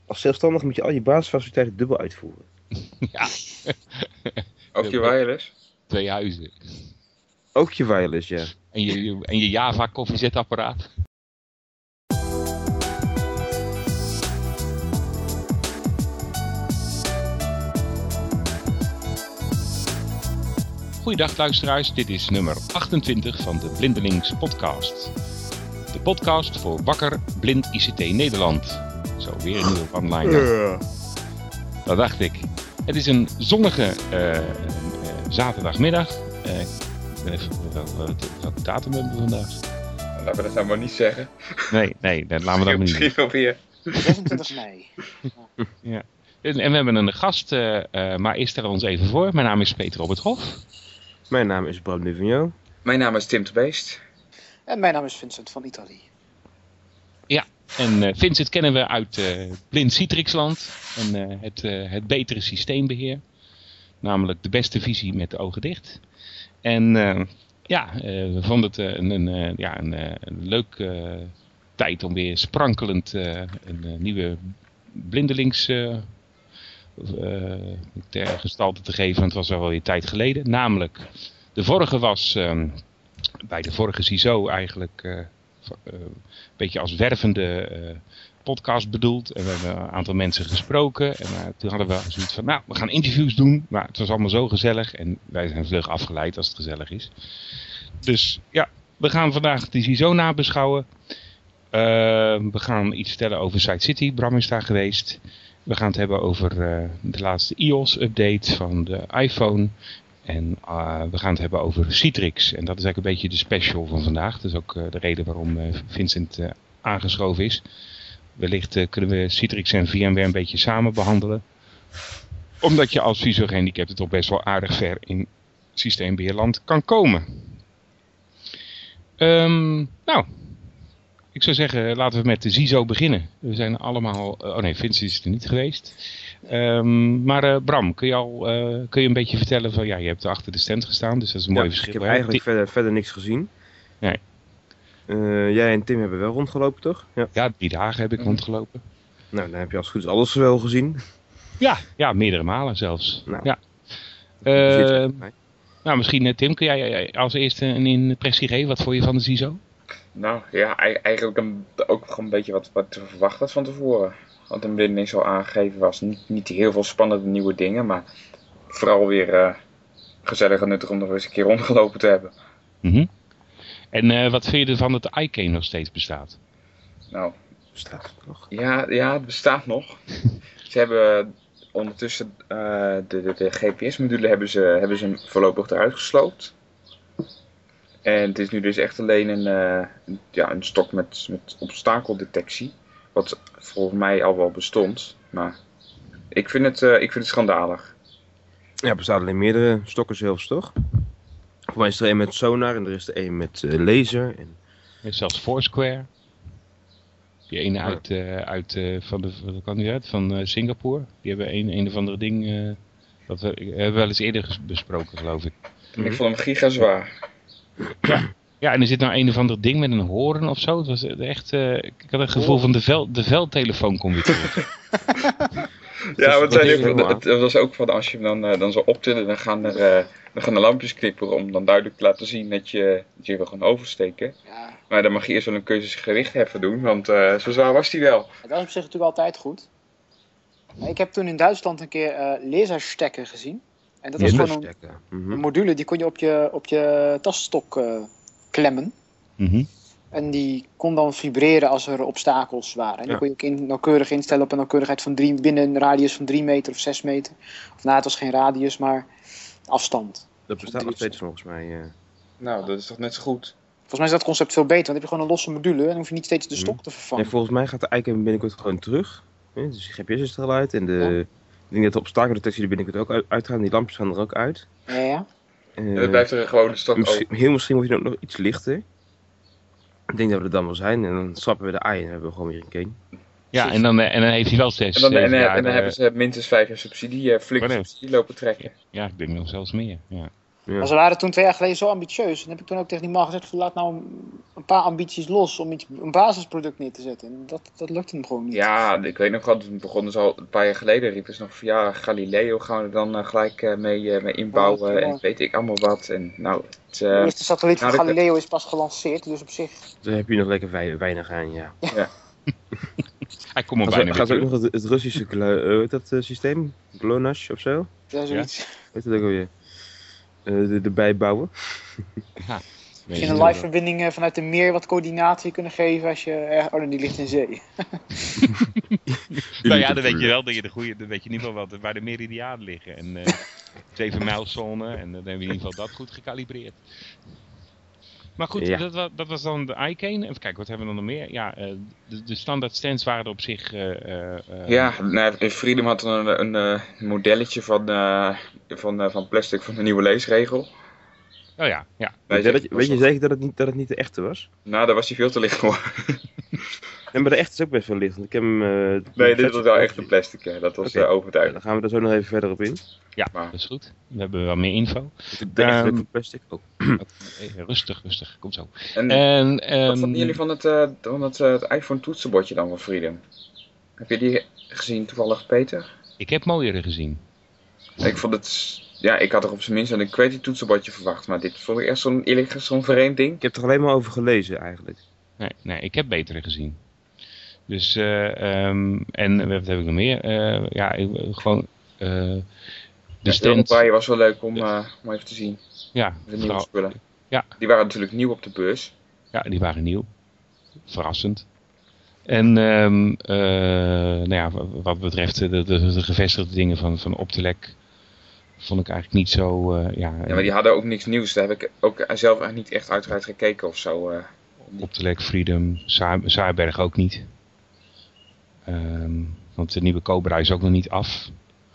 Als zelfstandig moet je al je basisfaciliteiten dubbel uitvoeren. Ja. Ook je wireless? 2 huizen. Ook je wireless, ja. En je Java koffiezetapparaat. Goeiedag luisteraars, dit is nummer 28 van de Blindelings podcast. De podcast voor wakker blind ICT Nederland. Zo, weer een nieuwe one-liner. Dat dacht ik. Het is een zonnige zaterdagmiddag. Ik ben even welke datum hebben we vandaag? Laten we dat nou maar niet zeggen. Nee, dat laten we dat maar niet. Misschien wel weer. 26 mei. Ja. En we hebben een gast, maar eerst stellen we ons even voor. Mijn naam is Peter Robert Hof. Mijn naam is Bram Duvigneau. Mijn naam is Tim de Beest. En mijn naam is Vincent van Italië. Ja, en Vincent kennen we uit Blind Citrixland. En het betere systeembeheer. Namelijk de beste visie met de ogen dicht. En we vonden het een leuk tijd om weer sprankelend een nieuwe blindelings gestalte te geven. Want het was al weer een tijd geleden. Namelijk, de vorige was bij de vorige CISO eigenlijk een beetje als wervende podcast bedoeld. En we hebben een aantal mensen gesproken. En toen hadden we zoiets van, we gaan interviews doen. Maar het was allemaal zo gezellig. En wij zijn vlug afgeleid als het gezellig is. Dus ja, we gaan vandaag de CISO nabeschouwen. We gaan iets vertellen over Site City. Bram is daar geweest. We gaan het hebben over de laatste iOS-update van de iPhone. En we gaan het hebben over Citrix. En dat is eigenlijk een beetje de special van vandaag. Dat is ook de reden waarom Vincent aangeschoven is. Wellicht kunnen we Citrix en VMware een beetje samen behandelen. Omdat je als viso-gehandicapte toch best wel aardig ver in systeembeheerland kan komen. Ik zou zeggen, laten we met de CISO beginnen. We zijn allemaal... Vincent is er niet geweest. Maar Bram, kun je een beetje vertellen van... Ja, je hebt achter de stand gestaan, dus dat is een mooi verschil. Ik heb eigenlijk verder niks gezien. Nee. Jij en Tim hebben wel rondgelopen, toch? Ja, 3 dagen heb ik rondgelopen. Nou, dan heb je als het goed is alles wel gezien. Ja, meerdere malen zelfs. Nou, ja. Misschien Tim, kun jij als eerste een impressie geven? Wat vond je van de CISO? Nou ja, eigenlijk ook gewoon een beetje wat te verwachten was van tevoren. Want een blindeling zo aangegeven was. Niet heel veel spannende nieuwe dingen, maar vooral weer gezellig en nuttig om nog eens een keer rondgelopen te hebben. Mm-hmm. En wat vind je ervan dat de iCane nog steeds bestaat? Nou, bestaat het nog? Ja, het bestaat nog. Ze hebben ondertussen de GPS-module hebben ze voorlopig eruit gesloopt. En het is nu dus echt alleen een stok met obstakeldetectie. Wat volgens mij al wel bestond. Maar ik vind het schandalig. Ja, er bestaan alleen meerdere stokken zelfs, toch? Voor mij is er één met sonar en er is er één met laser. En... Ja, zelfs Foursquare. Die ene van Singapore. Die hebben een of andere ding... dat we hebben wel eens eerder besproken, geloof ik. Ik vond hem gigazwaar. Ja, en er zit nou een of ander ding met een hoorn of zo. Het was echt... ik had een gevoel van de veldtelefoon kom weer terug. Ja, het was ook van als je hem dan zo optillen, dan gaan de lampjes knipperen om dan duidelijk te laten zien dat je wil gaan oversteken. Ja. Maar dan mag je eerst wel een cursus gewicht heffen doen, want zo zwaar was die wel. Het was op zich natuurlijk altijd goed. Ik heb toen in Duitsland een keer laserstekken gezien. En dat was gewoon een module, die kon je op je tasstok klemmen. Mm-hmm. En die kon dan vibreren als er obstakels waren. En die kon je ook nauwkeurig instellen op een nauwkeurigheid van binnen een radius van 3 meter of 6 meter. Of het was geen radius, maar afstand. Dat bestaat nog steeds volgens mij. Nou, dat is toch net zo goed. Volgens mij is dat concept veel beter, want dan heb je gewoon een losse module en dan hoef je niet steeds de stok te vervangen. En volgens mij gaat de Icon binnenkort gewoon terug. Dus de GPS is er al uit en ik denk dat de obstakeldetectie er binnenkort ook uitgaan. Die lampjes gaan er ook uit. Ja. En dan blijft er gewoon de stok open. Heel misschien wordt hij ook nog iets lichter. Ik denk dat we er dan wel zijn en dan swappen we de I en dan hebben we gewoon weer een cane. Ja, en dan heeft hij wel 6 En dan hebben ze minstens 5 jaar subsidie, flink subsidie lopen trekken. Ja, ik denk nog zelfs meer. Ja. Ja. Maar ze waren toen 2 jaar geleden zo ambitieus. En heb ik toen ook tegen die man gezegd, van, laat nou een paar ambities los om een basisproduct neer te zetten. En dat lukte hem gewoon niet. Ja, ik weet nog wel, toen begonnen ze al een paar jaar geleden, riepen ze nog van ja, Galileo gaan we er dan gelijk mee inbouwen Ja, en weet ik allemaal wat. En nou, De eerste satelliet van nou, Galileo is pas gelanceerd, dus op zich... Daar heb je nog lekker weinig aan, ja. Hij komt er bijna Gaan ze ook weer nog het Russische systeem? GLONASS of zo? Ja, zoiets. Weet je dat ook alweer? Erbij bouwen. Ja. Misschien een live verbinding vanuit de meer wat coördinatie kunnen geven als je... Oh, die ligt in zee. Nou ja, dan weet je wel dat je dan weet je in ieder geval waar de meridianen liggen. En 7 mijlzone. En dan hebben we in ieder geval dat goed gecalibreerd. Maar goed, Ja. dat was dan de iCane. Even kijken, wat hebben we dan nog meer? Ja, de standaard stands waren er op zich... ja, nou, Freedom had dan een modelletje van plastic van de nieuwe leesregel. Oh ja, ja. Wij Weet zeggen, je zeker dat het niet de echte was? Nou, daar was hij veel te licht voor. En maar de echte is ook best wel licht. Want ik heb hem... Nee, dit was wel echt een plastic. Dat was Oké. overtuigend. Dan gaan we er zo nog even verder op in. Ja, Maar- dat is goed. We hebben wel meer info. De echte is ook van plastic. Oh. Rustig, komt zo. En En, wat vonden jullie van het iPhone toetsenbordje dan van Freedom? Heb je die gezien toevallig, Peter? Ik heb mooiere gezien. Ik vond het... Ja, ik had er op zijn minst een QWERTY toetsenbordje verwacht. Maar dit vond ik echt zo'n vreemd ding. Ik heb er alleen maar over gelezen eigenlijk. Nee, ik heb betere gezien. Dus, en wat heb ik nog meer? Gewoon de De stand. Braille was wel leuk om even te zien. Ja, De nieuwe vooral- spullen. Ja. Die waren natuurlijk nieuw op de beurs. ja, die waren nieuw. Verrassend. En nou ja, wat betreft de gevestigde dingen van Optelec vond ik eigenlijk niet zo... Ja, maar die hadden ook niks nieuws. Daar heb ik ook zelf eigenlijk niet echt uiteraard gekeken of zo. Optelec, Freedom, Saarberg ook niet. Want de nieuwe Cobra is ook nog niet af.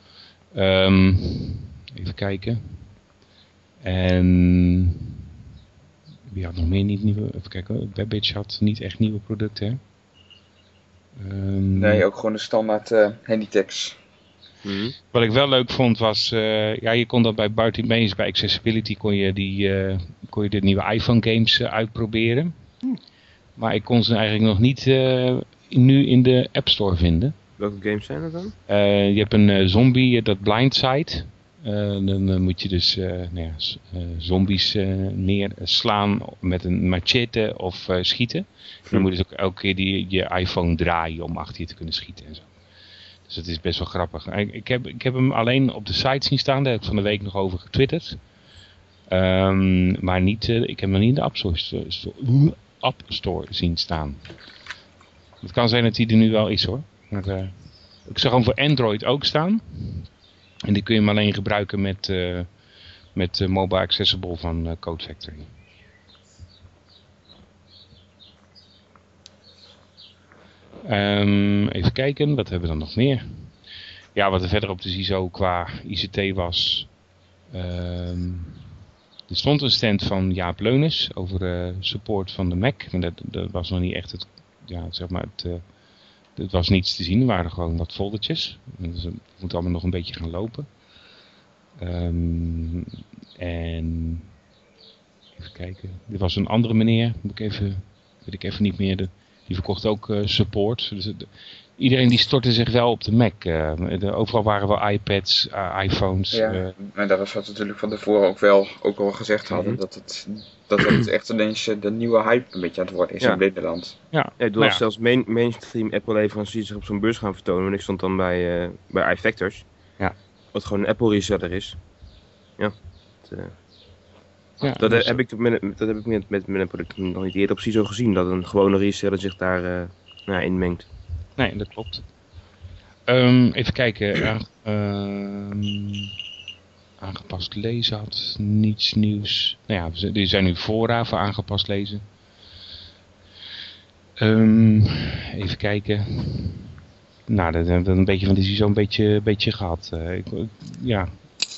Even kijken. En wie had nog meer niet nieuwe? Even kijken. Babbage had niet echt nieuwe producten. Hè? Nee, ook gewoon de standaard Handytex. Wat ik wel leuk vond was, ja, je kon dat bij Bartimeus, bij Accessibility kon je de nieuwe iPhone games uitproberen. Maar ik kon ze eigenlijk nog niet nu in de App Store vinden. Welke games zijn er dan? Je hebt een zombie, dat Blindside. Dan moet je dus zombies neerslaan met een machete of schieten. En dan moet je dus ook elke keer je iPhone draaien om achter je te kunnen schieten en zo. Dus dat is best wel grappig. Ik heb hem alleen op de site zien staan, daar heb ik van de week nog over getwitterd. Maar niet, ik heb hem niet in de App Store zien staan. Het kan zijn dat hij er nu wel is hoor. Maar, ik zag hem voor Android ook staan. En die kun je hem alleen gebruiken met Mobile Accessible van Code Factory. Even kijken, wat hebben we dan nog meer? Ja, wat er verder op de CISO qua ICT was. Er stond een stand van Jaap Leunis over support van de Mac. Maar dat was nog niet echt het, ja, zeg maar het was niets te zien, er waren gewoon wat foldertjes. Dus het moet allemaal nog een beetje gaan lopen. En even kijken. Er was een andere meneer, weet ik even niet meer. Die verkocht ook support. Dus iedereen die stortte zich wel op de Mac. Overal waren wel iPads, iPhones. Ja, maar dat was wat we natuurlijk van tevoren ook al gezegd hadden. Dat het echt ineens de nieuwe hype een beetje aan het worden is in Nederland. Ja, Ja, ik was zelfs mainstream Apple leveranciers zich op zo'n beurs gaan vertonen. En ik stond dan bij iFactors. Ja. Wat gewoon een Apple reseller is. Ja. ja, Dat dus- heb ik met mijn product nog niet eerder op CISO gezien. Dat een gewone reseller zich daar inmengt. Nee, dat klopt. Even kijken. Aangepast lezen had niets nieuws. Nou ja, er zijn nu fora voor aangepast lezen. Even kijken. Nou, dat hebben we een beetje van die CISO een beetje gehad. Ja.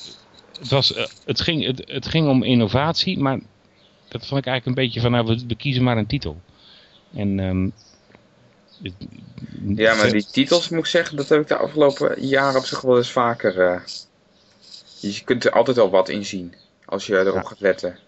Het ging om innovatie, maar dat vond ik eigenlijk een beetje van, nou, we kiezen maar een titel. En Ja, maar die titels moet ik zeggen, dat heb ik de afgelopen jaren op zich wel eens vaker. Je kunt er altijd al wat in zien. Als je erop gaat letten.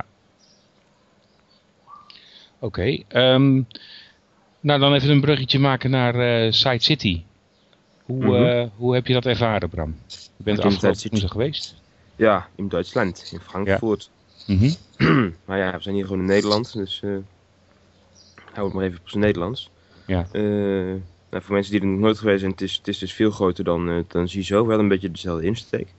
Oké. Nou, dan even een bruggetje maken naar Side City. Hoe heb je dat ervaren, Bram? Je bent afgelopen woensdag geweest? Ja, in Duitsland, in Frankfurt. Maar ja, we zijn hier gewoon in Nederland, dus hou het maar even op zijn Nederlands. Ja. Nou, voor mensen die er nog nooit geweest zijn, het is dus veel groter dan Zizou. Wel een beetje dezelfde insteek.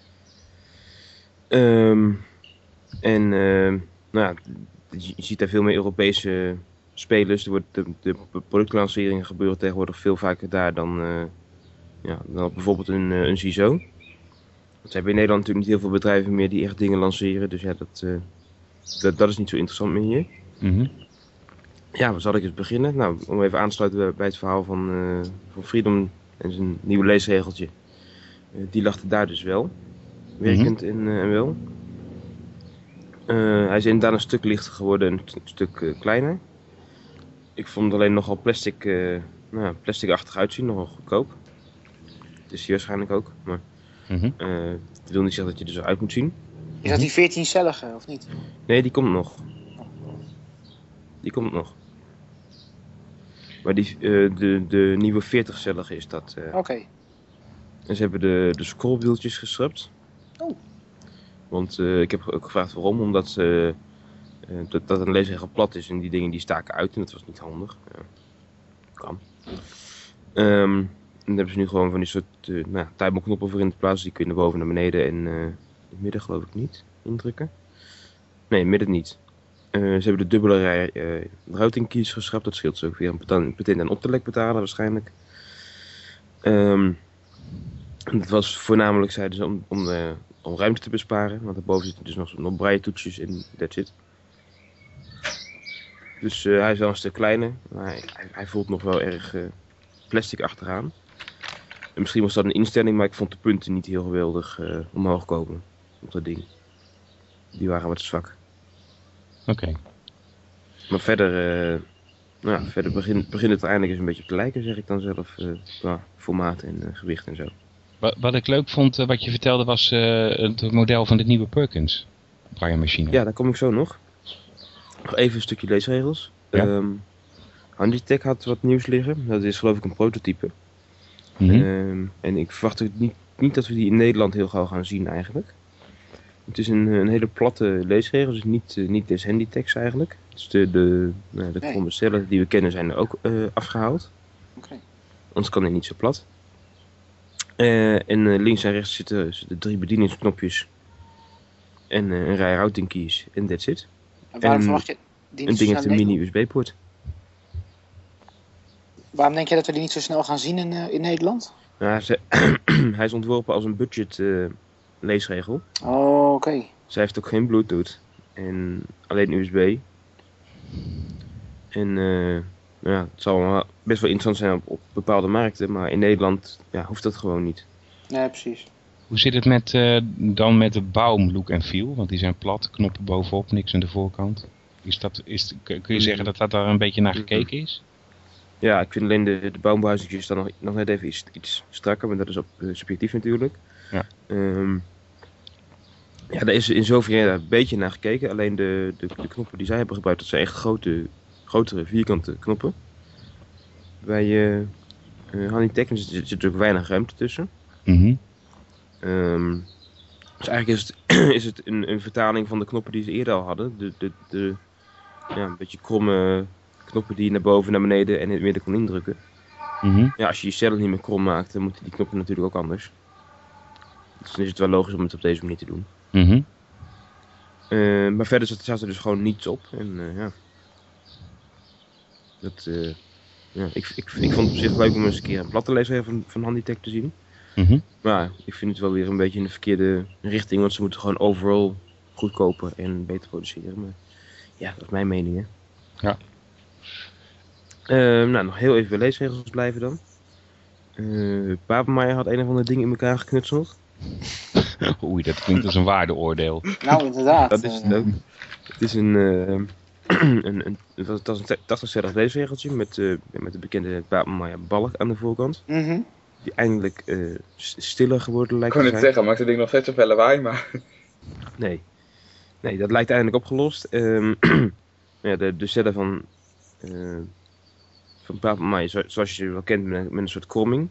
Nou ja, je ziet daar veel meer Europese spelers. De productlanceringen gebeuren tegenwoordig veel vaker daar dan bijvoorbeeld een Zizou. Want we hebben in Nederland natuurlijk niet heel veel bedrijven meer die echt dingen lanceren. Dus ja, dat is niet zo interessant meer hier. Ja, waar zal ik eens beginnen? Nou, om even aan te sluiten bij het verhaal van Freedom en zijn nieuwe leesregeltje. Die lag er daar dus wel. Werkend en wel. Hij is inderdaad een stuk lichter geworden en een stuk kleiner. Ik vond het alleen nogal plastic-achtig uitzien, nogal goedkoop. Het is hier waarschijnlijk ook, maar dat wil niet zeggen dat je er zo uit moet zien. Is dat die 14-cellige of niet? Nee, die komt nog. Maar de nieuwe 40-cellige is dat. Oké. En ze hebben de scrollwieltjes geschrapt. Oh. Want ik heb ook gevraagd waarom. Omdat dat een leesregel plat is en die dingen die staken uit en dat was niet handig. Kan. En dan hebben ze nu gewoon van die soort timerknoppen voor in de plaats. Die kun je naar boven, naar beneden en in het midden geloof ik niet indrukken. Nee, in het midden niet. Ze hebben de dubbele rij routing keys geschrapt. Dat scheelt ze ook weer een patent en optelek betalen waarschijnlijk. Dat was voornamelijk, zeiden ze, om ruimte te besparen. Want daarboven zitten dus nog braille toetsjes en that's it. Dus hij is wel een stuk kleiner. Maar hij voelt nog wel erg plastic achteraan. En misschien was dat een instelling, maar ik vond de punten niet heel geweldig omhoog komen op dat ding. Die waren wat zwak. Oké. Maar verder begint het eindelijk eens een beetje te lijken, zeg ik dan zelf, qua formaat en gewicht en zo. Wat ik leuk vond, wat je vertelde, was het model van de nieuwe Perkins braille-machine. Ja, daar kom ik zo nog. Nog even een stukje leesregels. Ja. Handitech had wat nieuws liggen. Dat is geloof ik een prototype. En ik verwacht ook niet dat we die in Nederland heel gauw gaan zien eigenlijk. Het is een hele platte leesregel, dus niet des Handitechs eigenlijk. Dus de kromme cellen die we kennen zijn er ook afgehaald. Okay. Anders kan hij niet zo plat. En links en rechts zitten 3 bedieningsknopjes. En een rij routing keys. En that's it. En waarom verwacht je die een ding heeft een mini USB-poort. Waarom denk je dat we die niet zo snel gaan zien in Nederland? Nou, hij is ontworpen als een budget leesregel. Oh, oké. Zij heeft ook geen Bluetooth. En alleen USB. En het zal wel best wel interessant zijn op bepaalde markten. Maar in Nederland hoeft dat gewoon niet. Nee, precies. Hoe zit het met de Baum look en feel? Want die zijn plat, knoppen bovenop, niks aan de voorkant. Kun je zeggen dat daar een beetje naar gekeken is? Ja, ik vind alleen de Baumbuizetjes dan nog net even iets strakker. Maar dat is subjectief natuurlijk. Ja. Daar is in zoverre een beetje naar gekeken. Alleen de knoppen die zij hebben gebruikt, dat zijn echt grotere vierkante knoppen. Bij Handitech zit er ook weinig ruimte tussen. Dus eigenlijk is het een vertaling van de knoppen die ze eerder al hadden. Een beetje kromme knoppen die je naar boven, naar beneden en in het midden kon indrukken. Ja, als je cellen niet meer krom maakt, dan moeten die knoppen natuurlijk ook anders. Dus dan is het wel logisch om het op deze manier te doen. Maar verder zat er dus gewoon niets op. En ik vond het op zich leuk om eens een keer een platte leesregel van Handitech te zien. Maar ik vind het wel weer een beetje in de verkeerde richting, want ze moeten gewoon overall goedkoper en beter produceren. Maar ja, dat is mijn mening, hè. Ja. Nog heel even bij leesregels blijven dan. Papenmaier had een of ander ding in elkaar geknutseld. Oei, dat klinkt als een waardeoordeel. Nou, inderdaad. Dat is het ook. Het is het was een 80-cellig leesregeltje met de bekende Papenmaier balk aan de voorkant. Die eindelijk stiller geworden lijkt te zijn. Ik kon het zeggen, maakt het ding nog steeds zoveel lawaai, maar... Nee. Nee, dat lijkt eindelijk opgelost. Ja, de cellen van Paper zoals je wel kent, met een soort kromming.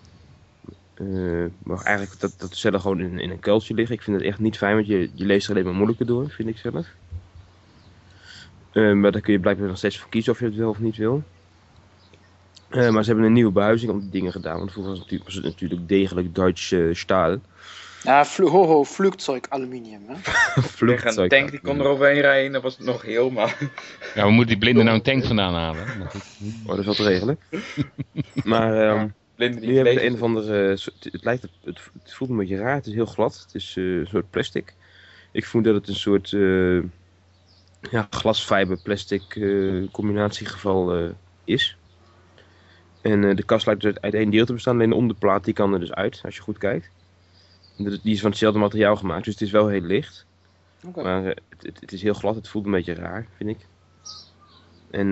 Maar eigenlijk dat de cellen gewoon in een kuiltje liggen. Ik vind het echt niet fijn, want je leest er alleen maar moeilijker door, vind ik zelf. Maar daar kun je blijkbaar nog steeds voor kiezen of je het wel of niet wil. Maar ze hebben een nieuwe behuizing om die dingen gedaan. Want vroeger was het natuurlijk degelijk Duits staal. Ja, vliegtuigaluminium, hè? Tegen een tank die kon er overheen rijden, dat was het nog heel, maar... Ja, we moeten die blinden nou een tank vandaan halen. Oh, dat is wel te regelen. Maar nu hebben ze een of andere... Het voelt een beetje raar, het is heel glad. Het is een soort plastic. Ik voel dat het een soort glasfiber plastic combinatiegeval is. En de kast lijkt dus uit één deel te bestaan, alleen de onderplaat die kan er dus uit, als je goed kijkt. Die is van hetzelfde materiaal gemaakt, dus het is wel heel licht. Okay. Maar het is heel glad, het voelt een beetje raar, vind ik. En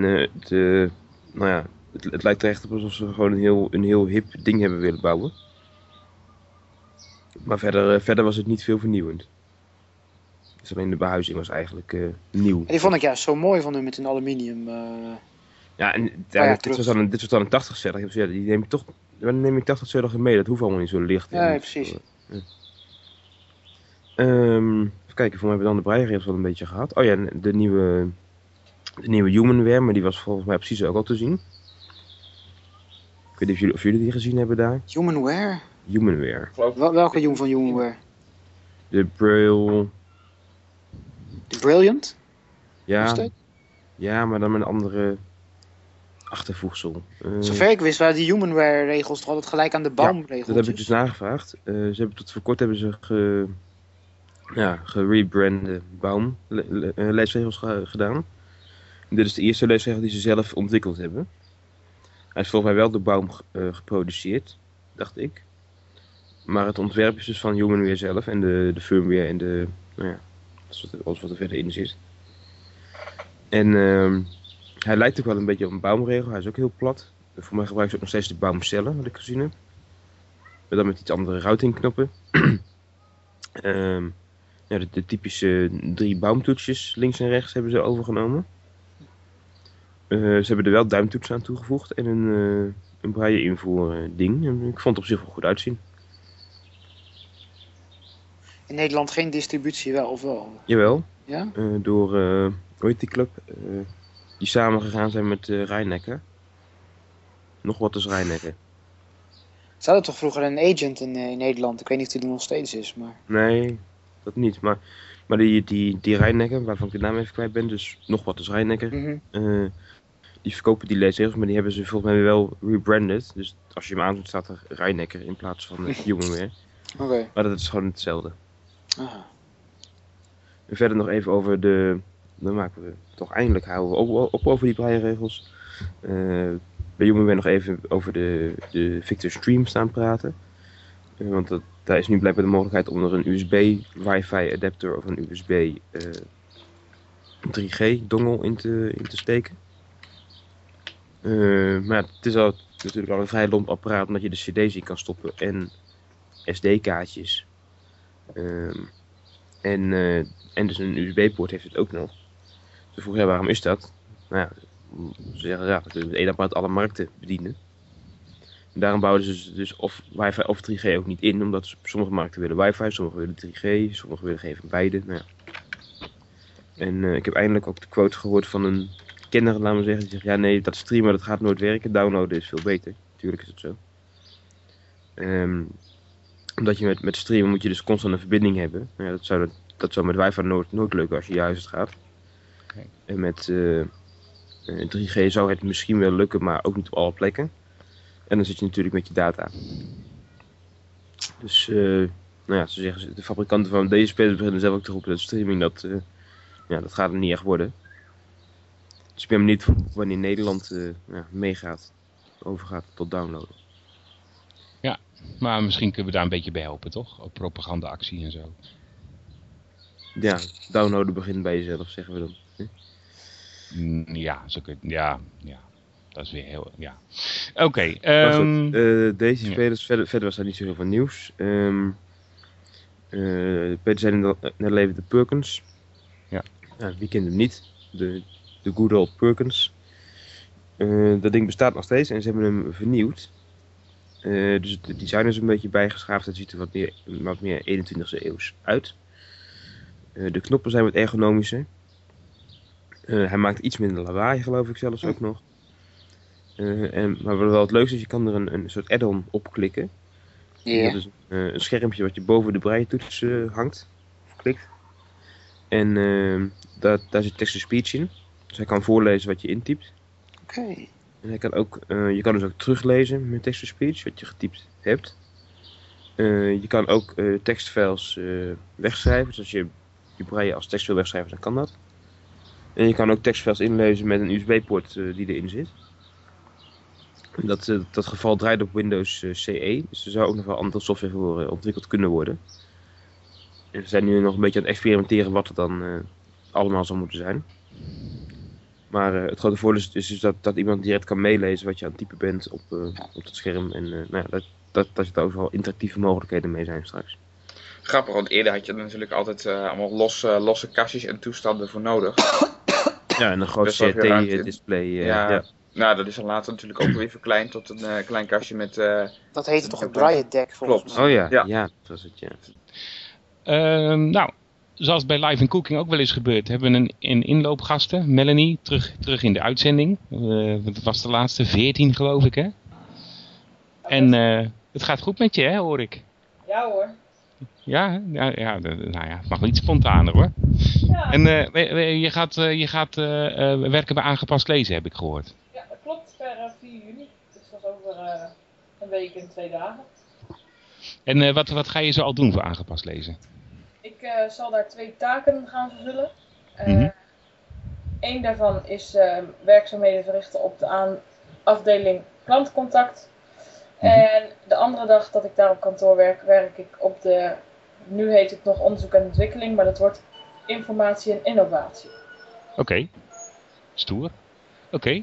het lijkt er echt op alsof ze gewoon een heel hip ding hebben willen bouwen. Maar verder was het niet veel vernieuwend. Dus alleen de behuizing was eigenlijk nieuw. En die vond ik juist zo mooi van hun met een aluminium. Ja, en dit was dan een 80 cellen. Ja, die neem ik 80 cellen mee, dat hoeft allemaal niet zo licht. Ja, precies. Even kijken, voor mij hebben we dan de breiregels wel een beetje gehad. Oh ja, de nieuwe Humanware, maar die was volgens mij op CISO ook al te zien. Ik weet niet of jullie die gezien hebben daar. Humanware? Humanware. Welke van Humanware? De Braille... De Brilliant? Ja, maar dan met een andere achtervoegsel. Zover ik wist waren die Humanware regels toch altijd gelijk aan de baumregels. Dat heb ik dus nagevraagd. Ze hebben tot voor kort gerebrande leesregels gedaan. Dit is de eerste leesregel die ze zelf ontwikkeld hebben. Hij is volgens mij wel door Baum geproduceerd, dacht ik. Maar het ontwerp is dus van Humanware zelf en de firmware en alles wat er verder in zit. En hij lijkt ook wel een beetje op een Baumregel, hij is ook heel plat. Voor mij gebruiken ze ook nog steeds de Baumcellen, wat ik gezien heb. Maar dan met iets andere routingknoppen. De typische 3 Baumtoetsjes links en rechts hebben ze overgenomen. Ze hebben er wel duimtoetsen aan toegevoegd en een braille invoer ding. En ik vond het op zich wel goed uitzien. In Nederland geen distributie wel, of wel? Jawel. Ja? Door, hoe heet die club? Die samen gegaan zijn met Rijnecker. Nog wat is Rijnecker. Ze hadden toch vroeger een agent in Nederland? Ik weet niet of die er nog steeds is, maar... Nee, dat niet. Maar die Rijnecker, waarvan ik de naam even kwijt ben, dus nog wat is Rijnecker. Die verkopen die leesregels, maar die hebben ze volgens mij wel rebranded. Dus als je hem aandoet staat er Rijnecker in plaats van Humanware. Oké. Maar dat is gewoon hetzelfde. Aha. En verder nog even over dan maken we toch eindelijk houden we op over die breiregels. Bij Humanware nog even over de Victor Stream staan praten. Want daar is nu blijkbaar de mogelijkheid om er een USB wifi adapter of een USB 3G dongle in te steken. Maar het is natuurlijk al een vrij lomp apparaat omdat je de cd's in kan stoppen en SD-kaartjes. En dus een USB-poort heeft het ook nog. Dus vroeg, waarom is dat? Nou ja, ze zeggen dat het één apparaat alle markten bedienen. En daarom bouwen ze dus of wifi of 3G ook niet in, omdat sommige markten willen wifi, sommige willen 3G, sommige willen geen van beide. Nou ja. En ik heb eindelijk ook de quote gehoord van een kenner, laten we zeggen, die zegt, ja nee, dat streamen dat gaat nooit werken, downloaden is veel beter. Tuurlijk is het zo. Omdat je met streamen moet je dus constant een verbinding hebben. Nou ja, dat zou met wifi nooit lukken als je juist gaat. Okay. En met 3G zou het misschien wel lukken, maar ook niet op alle plekken. En dan zit je natuurlijk met je data. Dus, ze zeggen, de fabrikanten van deze spelers beginnen zelf ook te roepen dat streaming, dat gaat er niet echt worden. Dus ik ben benieuwd wanneer Nederland meegaat, overgaat tot downloaden. Ja, maar misschien kunnen we daar een beetje bij helpen, toch? Ook propagandaactie en zo. Ja, downloaden begint bij jezelf, zeggen we dan. Ja, zo kun je, ja. Dat is weer heel, ja. Oké. Deze spelers, verder was daar niet zo heel veel nieuws. Peter zei net al even de Perkins. Wie kent hem niet? De good old Perkins. Dat ding bestaat nog steeds en ze hebben hem vernieuwd. Dus het design is een beetje bijgeschaafd. Het ziet er wat meer 21e eeuws uit. De knoppen zijn wat ergonomischer. Hij maakt iets minder lawaai, geloof ik zelfs ook nog. Maar wat wel het leukste is, je kan er een soort add-on op klikken. Ja. Dat is een schermpje wat je boven de brailletoets hangt. Of klikt. En daar zit text-to-speech in. Dus hij kan voorlezen wat je intypt. Oké. En hij kan ook, je kan dus ook teruglezen met text-to-speech, wat je getypt hebt. Je kan ook tekstfiles wegschrijven. Dus als je braille als tekst wil wegschrijven, dan kan dat. En je kan ook tekstfiles inlezen met een USB-poort die erin zit. Dat geval draait op Windows CE, dus er zou ook nog wel andere software voor ontwikkeld kunnen worden. En we zijn nu nog een beetje aan het experimenteren wat het dan allemaal zou moeten zijn. Maar het grote voordeel is dus dat iemand direct kan meelezen wat je aan het typen bent op het scherm. En dat er overal interactieve mogelijkheden mee zijn straks. Grappig, want eerder had je er natuurlijk altijd allemaal losse kastjes en toestanden voor nodig. Ja, en een groot CRT-display. Ja. Nou, dat is dan later natuurlijk ook weer verkleind tot een klein kastje met... Dat heette toch een braille deck volgens mij. Oh ja, dat was het, ja. Nou, zoals bij Live Cooking ook wel eens gebeurt, hebben we een inloopgasten, Melanie, terug in de uitzending. Het was de laatste 14 geloof ik, hè? En het gaat goed met je, hè, hoor ik. Ja hoor. Ja, het mag wel iets spontaner hoor. Ja. En je gaat werken bij aangepast lezen, heb ik gehoord. Ja, dat klopt, per 4 juni. Dus dat is over een week en 2 dagen. En wat ga je zo al doen voor aangepast lezen? Ik zal daar 2 taken gaan vervullen. Eén daarvan is werkzaamheden verrichten op de afdeling klantcontact. En de andere dag dat ik daar op kantoor werk ik op de, nu heet het nog onderzoek en ontwikkeling, maar dat wordt informatie en innovatie. Oké. Stoer. Oké.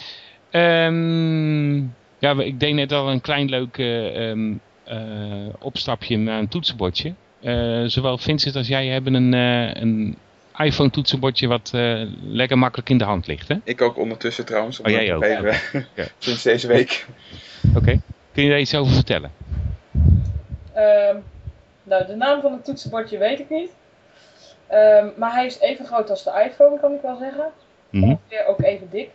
Ja, ik deed net al een klein leuk opstapje naar een toetsenbordje. Zowel Vincent als jij hebben een iPhone toetsenbordje wat lekker makkelijk in de hand ligt, hè? Ik ook ondertussen trouwens. Jij ook? Ja. Sinds deze week. Oké. Kun je daar iets over vertellen? Nou, de naam van het toetsenbordje weet ik niet. Maar hij is even groot als de iPhone, kan ik wel zeggen. Ongeveer ook even dik.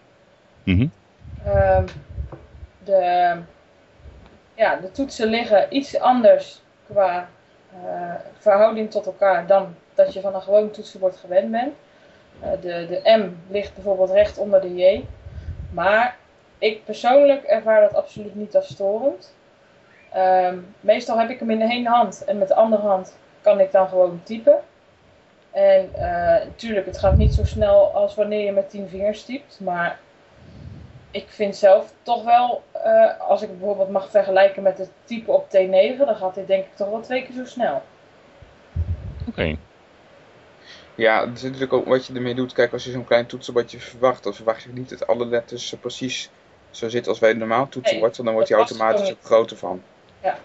De toetsen liggen iets anders qua verhouding tot elkaar dan dat je van een gewoon toetsenbord gewend bent. De M ligt bijvoorbeeld recht onder de J. Maar ik persoonlijk ervaar dat absoluut niet als storend. Meestal heb ik hem in de ene hand en met de andere hand kan ik dan gewoon typen. En natuurlijk, het gaat niet zo snel als wanneer je met 10 vingers typt. Maar ik vind zelf toch wel, als ik bijvoorbeeld mag vergelijken met het typen op T9, dan gaat dit denk ik toch wel 2 keer zo snel. Oké. Ja, dat is natuurlijk ook wat je ermee doet. Kijk, als je zo'n klein toetsenbordje verwacht, dan verwacht je niet dat alle letters precies zo zitten als bij een normaal toetsenbord. Dan wordt hij automatisch ook groter van. Ja.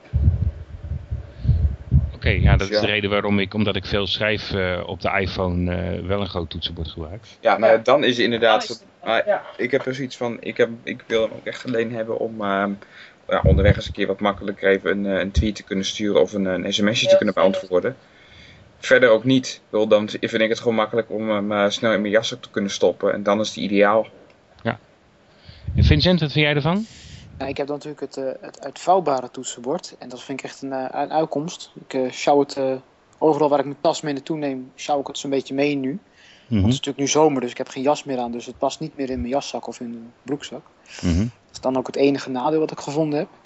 Oké, ja, dat is de reden waarom omdat ik veel schrijf op de iPhone wel een groot toetsenbord gebruik. Ja, nou ja, dan is het inderdaad... Ja. Ik heb er zoiets van, ik wil hem ook echt alleen hebben om onderweg eens een keer wat makkelijker even een tweet te kunnen sturen of een sms'je te kunnen beantwoorden. Verder ook niet. Dan vind ik het gewoon makkelijk om hem snel in mijn jas te kunnen stoppen en dan is het ideaal. Ja. En Vincent, wat vind jij ervan? Nou, ik heb dan natuurlijk het uitvouwbare toetsenbord. En dat vind ik echt een uitkomst. Ik sjouw het overal waar ik mijn tas mee naartoe neem, sjouw ik het zo'n beetje mee nu. Want het is natuurlijk nu zomer, dus ik heb geen jas meer aan. Dus het past niet meer in mijn jaszak of in de broekzak. Dat is dan ook het enige nadeel wat ik gevonden heb.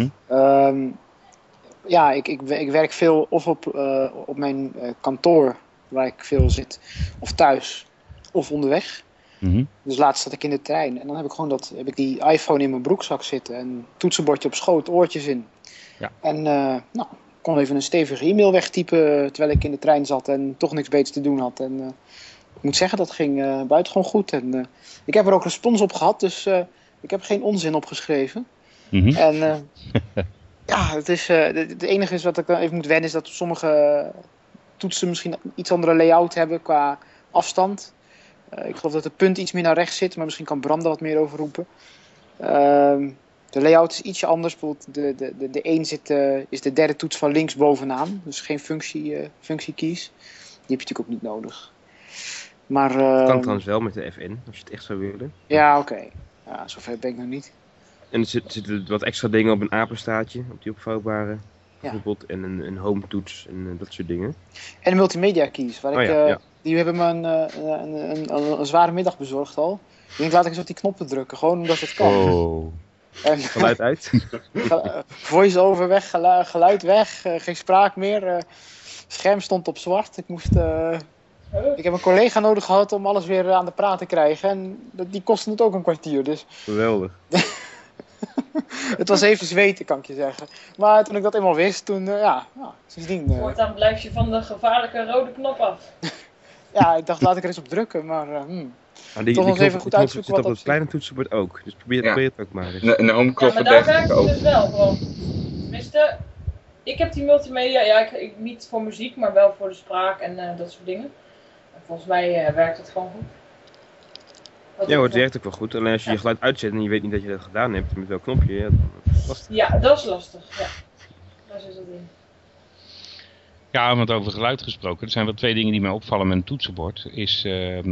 Ja, ik werk veel of op mijn kantoor, waar ik veel zit, of thuis, of onderweg. Dus laatst zat ik in de trein en dan heb ik die iPhone in mijn broekzak zitten en toetsenbordje op schoot, oortjes in. Ja. En kon even een stevige e-mail wegtypen terwijl ik in de trein zat en toch niks beters te doen had. En ik moet zeggen, dat ging buitengewoon goed. En ik heb er ook respons op gehad, dus ik heb geen onzin opgeschreven. En ja, het enige is wat ik dan even moet wennen is dat sommige toetsen misschien iets andere layout hebben qua afstand. Ik geloof dat de punt iets meer naar rechts zit, maar misschien kan Bram daar wat meer over roepen. De layout is ietsje anders. Bijvoorbeeld de 1 is de derde toets van links bovenaan. Dus geen functiekeys. Die heb je natuurlijk ook niet nodig. Maar, kan trouwens wel met de FN, als je het echt zou willen. Ja, oké. Ja, zover ben ik nog niet. En er zitten wat extra dingen op een apenstaartje, op die opvouwbare bijvoorbeeld. En een home toets en dat soort dingen. En de multimedia keys. Die hebben me een zware middag bezorgd al. Ik denk, laat ik eens op die knoppen drukken. Gewoon omdat het kan. Oh. Geluid uit. Voice-over weg, geluid weg. Geen spraak meer. Scherm stond op zwart. Ik heb een collega nodig gehad om alles weer aan de praat te krijgen. En die kostte het ook een kwartier. Dus. Geweldig. Het was even zweten, kan ik je zeggen. Maar toen ik dat eenmaal wist, sindsdien... Voortaan blijf je van de gevaarlijke rode knop af. Ja, ik dacht, laat ik er eens op drukken, maar... Die toch nog knop, even goed uitzoeken wat op het kleine toetsenbord ook. Dus probeer het ook maar eens. Een home knop maar daar werkt het dus wel gewoon. Tenminste, ik heb die multimedia, ik niet voor muziek, maar wel voor de spraak en dat soort dingen. En volgens mij werkt het gewoon goed. Het werkt ook wel goed. Alleen als je je geluid uitzet en je weet niet dat je dat gedaan hebt met welk knopje, dat is lastig. Ja, dat is lastig. Ja. Daar zit het in. Ja, want over geluid gesproken, er zijn wel 2 dingen die mij opvallen met een toetsenbord. Is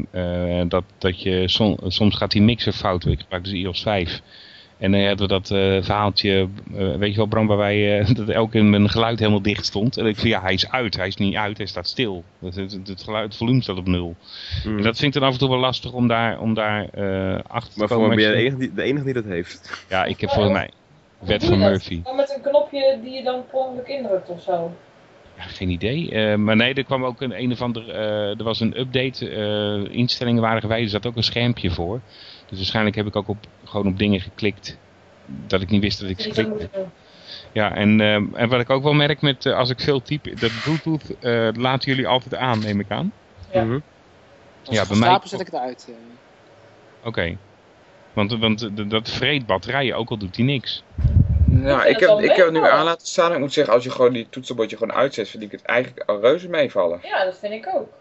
dat je soms gaat die mixer fout. Ik gebruik dus iOS 5. En dan hebben we dat verhaaltje, weet je wel Bram, waarbij dat elke keer mijn geluid helemaal dicht stond. En ik vind, hij is uit, hij is niet uit, hij staat stil. Het volume staat op 0. En dat vind ik dan af en toe wel lastig om daar achter te komen. Maar ben je de enige die dat heeft? Ja, ik heb volgens mij wet van Murphy. Gewoon met een knopje die je dan per ongeluk indrukt of zo. Ja, geen idee. Maar nee, er kwam ook een of ander... er was een update. Instellingen waren gewijzigd. Er zat ook een schermpje voor. Dus waarschijnlijk heb ik ook gewoon op dingen geklikt. Dat ik niet wist dat ik ze klikte. Ja, en wat ik ook wel merk met als ik veel type... Dat Bluetooth laten jullie altijd aan, neem ik aan. Ja. Als ik ga slapen zet ik het uit. Oké. Want dat vreet batterijen, ook al doet hij niks. Nou, ik heb het nu aan laten staan. Ik moet zeggen, als je gewoon die toetsenbordje gewoon uitzet, vind ik het eigenlijk al reuze meevallen. Ja, dat vind ik ook.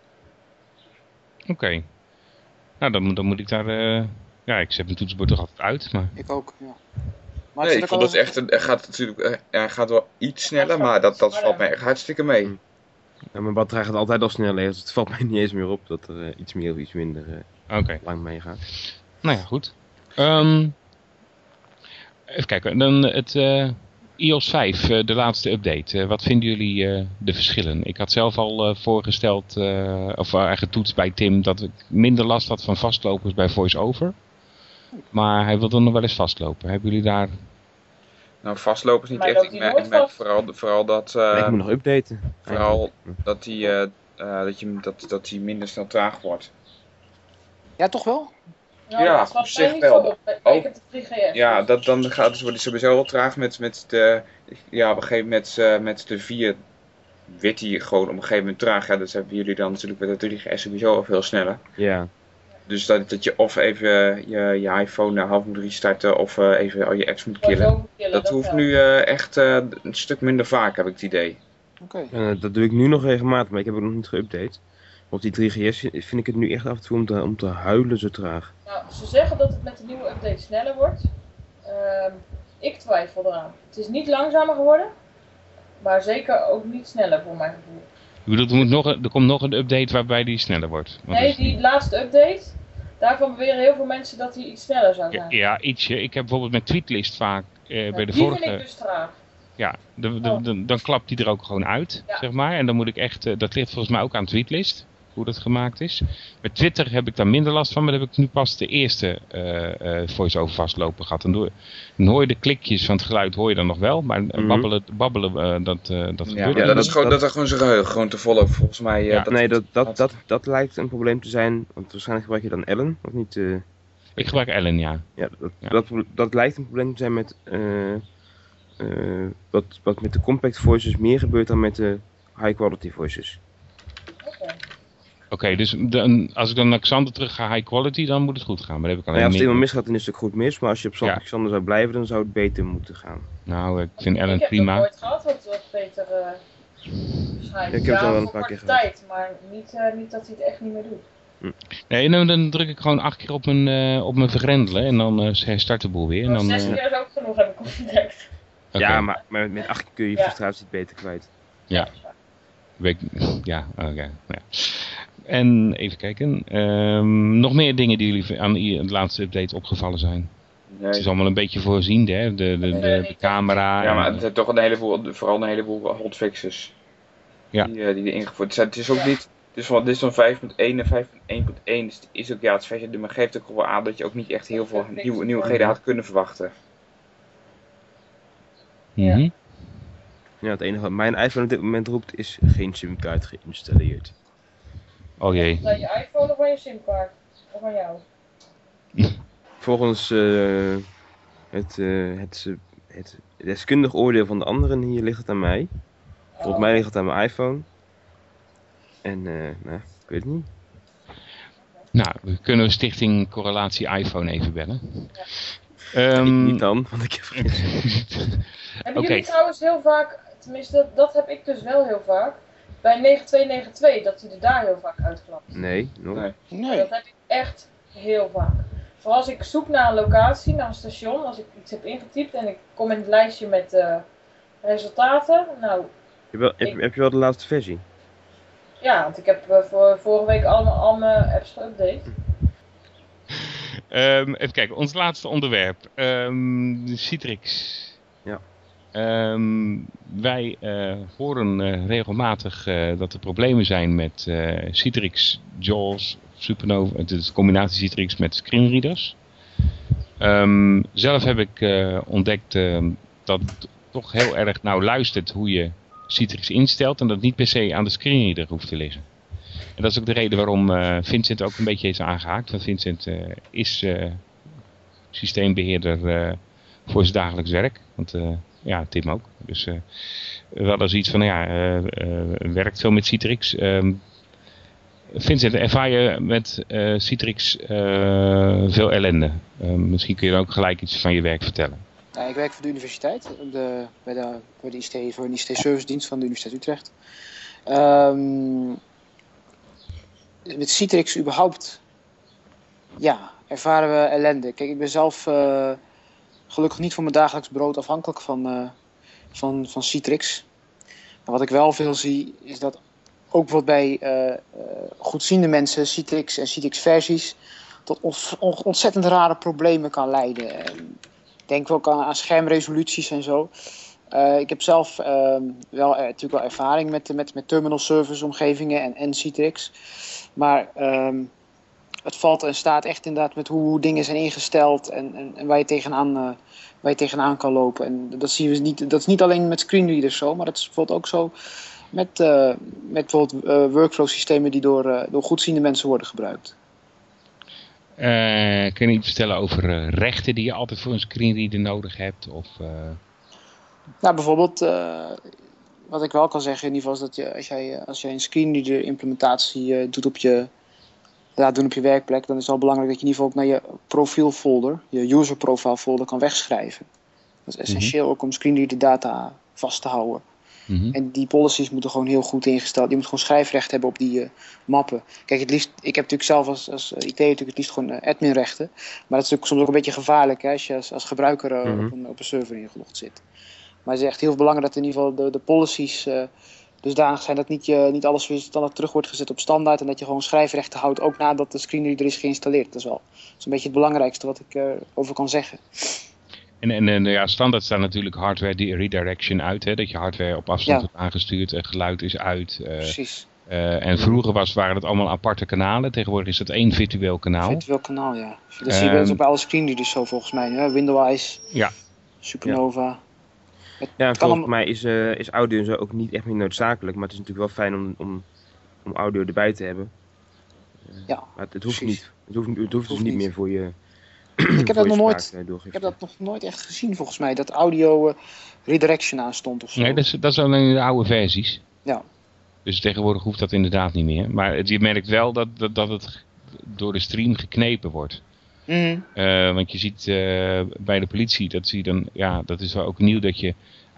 Oké. Nou, dan moet ik daar... ik zet mijn toetsenbord toch altijd uit, maar... Ik ook, ja. Maar nee, ik vond dat echt... Het gaat natuurlijk... Hij gaat wel iets sneller, maar dat valt mij echt hartstikke mee. Ja, mijn batterij gaat altijd al sneller, dus het valt mij niet eens meer op dat er iets meer of iets minder lang meegaat. Nou ja, goed. Even kijken, dan het iOS 5, de laatste update. Wat vinden jullie de verschillen? Ik had zelf al voorgesteld, getoetst bij Tim, dat ik minder last had van vastlopers bij VoiceOver. Maar hij wil dan nog wel eens vastlopen. Hebben jullie daar... Nou, vastlopen is niet echt. Ik merk vooral dat... ik moet nog updaten. Vooral dat hij minder snel traag wordt. Ja, toch wel? Ja, op zich wel. Ik heb de 3GS. Ja, dan wordt hij sowieso wel traag met de... Ja, op een gegeven moment met de 4 werd hij gewoon op een gegeven moment traag. Ja, dat hebben jullie dan natuurlijk met de 3GS sowieso al veel sneller. Ja. Dus dat je of even je iPhone half moet restarten of even al je apps moet killen. Dat hoeft nu echt een stuk minder vaak, heb ik het idee. Okay. Dat doe ik nu nog regelmatig, maar ik heb het nog niet geüpdate. Op die 3GS vind ik het nu echt af en toe om te huilen zo traag. Nou, ze zeggen dat het met de nieuwe update sneller wordt. Ik twijfel eraan. Het is niet langzamer geworden, maar zeker ook niet sneller voor mijn gevoel. Je bedoelt, er komt nog een update waarbij die sneller wordt? Nee, die laatste update, daarvan beweren heel veel mensen dat die iets sneller zou zijn. Ja, ietsje. Ik heb bijvoorbeeld met Tweetlist vaak bij de die vorige... vind ik dus traag. Ja, dan klapt die er ook gewoon uit, zeg maar. En dan moet ik echt, dat ligt volgens mij ook aan Tweetlist, hoe dat gemaakt is. Met Twitter heb ik daar minder last van, maar dan heb ik nu pas de eerste voice-over vastlopen gehad. En dan hoor je de klikjes van het geluid hoor je dan nog wel, maar babbelen dat gebeurt niet. Ja, dat er gewoon zijn geheugen gewoon te vol over, volgens mij. Nee, dat lijkt een probleem te zijn, want waarschijnlijk gebruik je dan Ellen, of niet? Ik gebruik Ellen, ja. Dat lijkt een probleem te zijn met... wat met de compact voices meer gebeurt dan met de high quality voices. Oké, dus als ik dan naar Xander terug ga high quality, dan moet het goed gaan. Maar heb ik alleen als het helemaal misgaat, dan is het goed mis. Maar als je op Xander zou blijven, dan zou het beter moeten gaan. Nou, ik vind Ellen prima. Ik heb nog nooit gehad wat beter Waarschijnlijk. Ik heb het al wel een voor paar keer korte tijd, maar niet dat hij het echt niet meer doet. Nee, dan druk ik gewoon 8 keer op mijn vergrendelen en dan start de boel weer. En dan, 6 keer is ook genoeg, heb ik ontdekt. Okay. Ja, maar met 8 keer kun je frustratie beter kwijt. Ja. Ja, oké. Ja. En even kijken. Nog meer dingen die jullie aan de laatste update opgevallen zijn? Nee. Het is allemaal een beetje voorziende, hè? De camera. Ja, maar het zijn toch vooral een heleboel hotfixes. Ja. Die ingevoerd zijn. Het is ook niet... dit is dan 5.1 en 5.1.1. Dus het is ook, het versie, maar geeft ook wel aan dat je ook niet echt heel veel nieuwigheden had kunnen verwachten. Ja. Ja, het enige wat mijn iPhone op dit moment roept is geen simkaart geïnstalleerd. Oh jee. Is dat je iPhone of aan je simkaart? Of aan jou? Volgens het deskundig oordeel van de anderen hier ligt het aan mij. Volgens mij ligt het aan mijn iPhone. En ik weet het niet. Nou, we kunnen Stichting Correlatie iPhone even bellen. Ja. Niet dan, want ik heb geen... Hebben jullie trouwens heel vaak, tenminste dat heb ik dus wel heel vaak, bij 9292, dat hij er daar heel vaak uitklapt? Nee, nog. Nee. Dat heb ik echt heel vaak. Vooral als ik zoek naar een locatie, naar een station, als ik iets heb ingetypt en ik kom in het lijstje met resultaten. Nou, heb je wel de laatste versie? Ja, want ik heb vorige week al mijn apps geüpdate. Even kijken, ons laatste onderwerp. Citrix. Ja. Wij horen regelmatig dat er problemen zijn met Citrix, JAWS, Supernova. Het is een combinatie Citrix met screenreaders. Zelf heb ik ontdekt dat het toch heel erg nauw luistert hoe je Citrix instelt en dat niet per se aan de screenreader hoeft te liggen. En dat is ook de reden waarom Vincent ook een beetje is aangehaakt. Want Vincent is systeembeheerder voor zijn dagelijks werk. Want Tim ook. Dus we hadden zoiets van, werkt veel met Citrix. Vincent, ervaar je met Citrix veel ellende? Misschien kun je dan ook gelijk iets van je werk vertellen. Ik werk voor de universiteit, bij de ICT, voor een ICT-servicedienst van de Universiteit Utrecht. Met Citrix überhaupt, ervaren we ellende. Kijk, ik ben zelf gelukkig niet voor mijn dagelijks brood afhankelijk van Citrix. Maar wat ik wel veel zie, is dat ook bijvoorbeeld bij goedziende mensen Citrix en Citrix-versies tot ontzettend rare problemen kan leiden. Denk ook aan schermresoluties en zo. Ik heb zelf natuurlijk wel ervaring met terminal servers omgevingen en Citrix. Maar het valt en staat echt inderdaad met hoe dingen zijn ingesteld en waar je tegenaan kan lopen. En dat zien we niet. Dat is niet alleen met screenreaders zo, maar dat is bijvoorbeeld ook zo met bijvoorbeeld workflow systemen die door goedziende mensen worden gebruikt. Kun je iets vertellen over rechten die je altijd voor een screenreader nodig hebt? Of, Nou, bijvoorbeeld, wat ik wel kan zeggen in ieder geval is dat als jij een screenreader implementatie doet op je werkplek, dan is het wel belangrijk dat je in ieder geval ook naar je profielfolder, je user profile folder kan wegschrijven. Dat is essentieel ook om screenreader data vast te houden. Mm-hmm. En die policies moeten gewoon heel goed ingesteld. Je moet gewoon schrijfrecht hebben op die mappen. Kijk, ik heb natuurlijk zelf als IT het liefst gewoon adminrechten. Maar dat is natuurlijk soms ook een beetje gevaarlijk hè, als je als gebruiker op een server ingelogd zit. Maar het is echt heel belangrijk dat in ieder geval de policies dusdanig zijn dat niet alles weer standaard terug wordt gezet op standaard. En dat je gewoon schrijfrechten houdt ook nadat de screenreader is geïnstalleerd. Dat is een beetje het belangrijkste wat ik over kan zeggen. En standaard staat natuurlijk hardware redirection uit. Hè? Dat je hardware op afstand wordt aangestuurd en geluid is uit. Precies. En vroeger waren het allemaal aparte kanalen. Tegenwoordig is dat één virtueel kanaal. Virtueel kanaal, ja. Dat zie je bij alle screenreaders zo volgens mij. Hè? Windows, Supernova. Ja, volgens mij is audio en zo ook niet echt meer noodzakelijk. Maar het is natuurlijk wel fijn om audio erbij te hebben. Maar het hoeft niet. Het hoeft dus niet meer voor je... Ik heb dat nog nooit echt gezien volgens mij, dat audio redirection aanstond of zo. Nee, dat is alleen in de oude versies. Ja. Dus tegenwoordig hoeft dat inderdaad niet meer. Maar je merkt wel dat het door de stream geknepen wordt. Mm-hmm. Want je ziet bij de politie, dat zie je dan, dat is wel ook nieuw dat je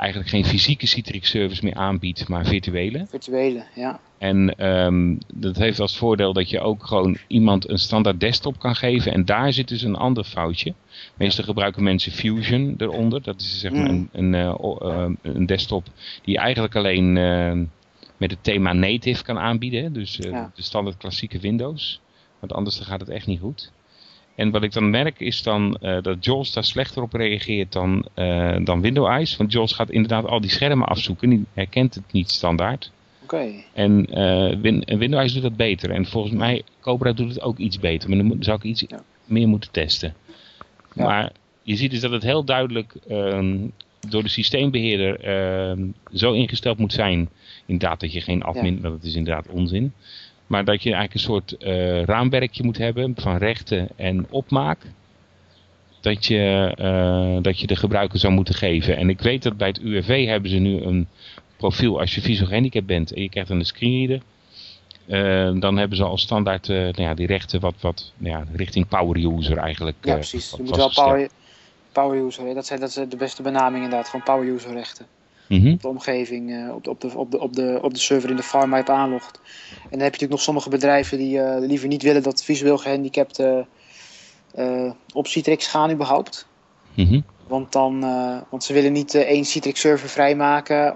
eigenlijk geen fysieke Citrix service meer aanbiedt, maar virtuele. Virtuele, ja. En dat heeft als voordeel dat je ook gewoon iemand een standaard desktop kan geven. En daar zit dus een ander foutje. Meestal gebruiken mensen Fusion eronder. Dat is zeg maar een desktop die eigenlijk alleen met het thema native kan aanbieden. Dus de standaard klassieke Windows. Want anders dan gaat het echt niet goed. En wat ik dan merk is dan dat JAWS daar slechter op reageert dan Windows Eyes. Want JAWS gaat inderdaad al die schermen afzoeken. Die herkent het niet standaard. Okay. En Windows Eyes doet dat beter. En volgens mij, Cobra doet het ook iets beter. Maar dan zou ik iets meer moeten testen. Ja. Maar je ziet dus dat het heel duidelijk door de systeembeheerder zo ingesteld moet zijn. Inderdaad dat je geen admin, dat is inderdaad onzin. Maar dat je eigenlijk een soort raamwerkje moet hebben van rechten en opmaak. Dat je de gebruiker zou moeten geven. En ik weet dat bij het UWV hebben ze nu een profiel als je visueel gehandicapt bent en je krijgt een screenreader. Dan hebben ze al standaard die rechten wat richting power user eigenlijk. Ja, precies. Je moet wel power user. Dat is de beste benaming inderdaad, van power user rechten. Mm-hmm. Op de omgeving, op de server in de farm waar je op aanlogt. En dan heb je natuurlijk nog sommige bedrijven die liever niet willen dat visueel gehandicapten op Citrix gaan überhaupt. Mm-hmm. Want ze willen niet één Citrix server vrijmaken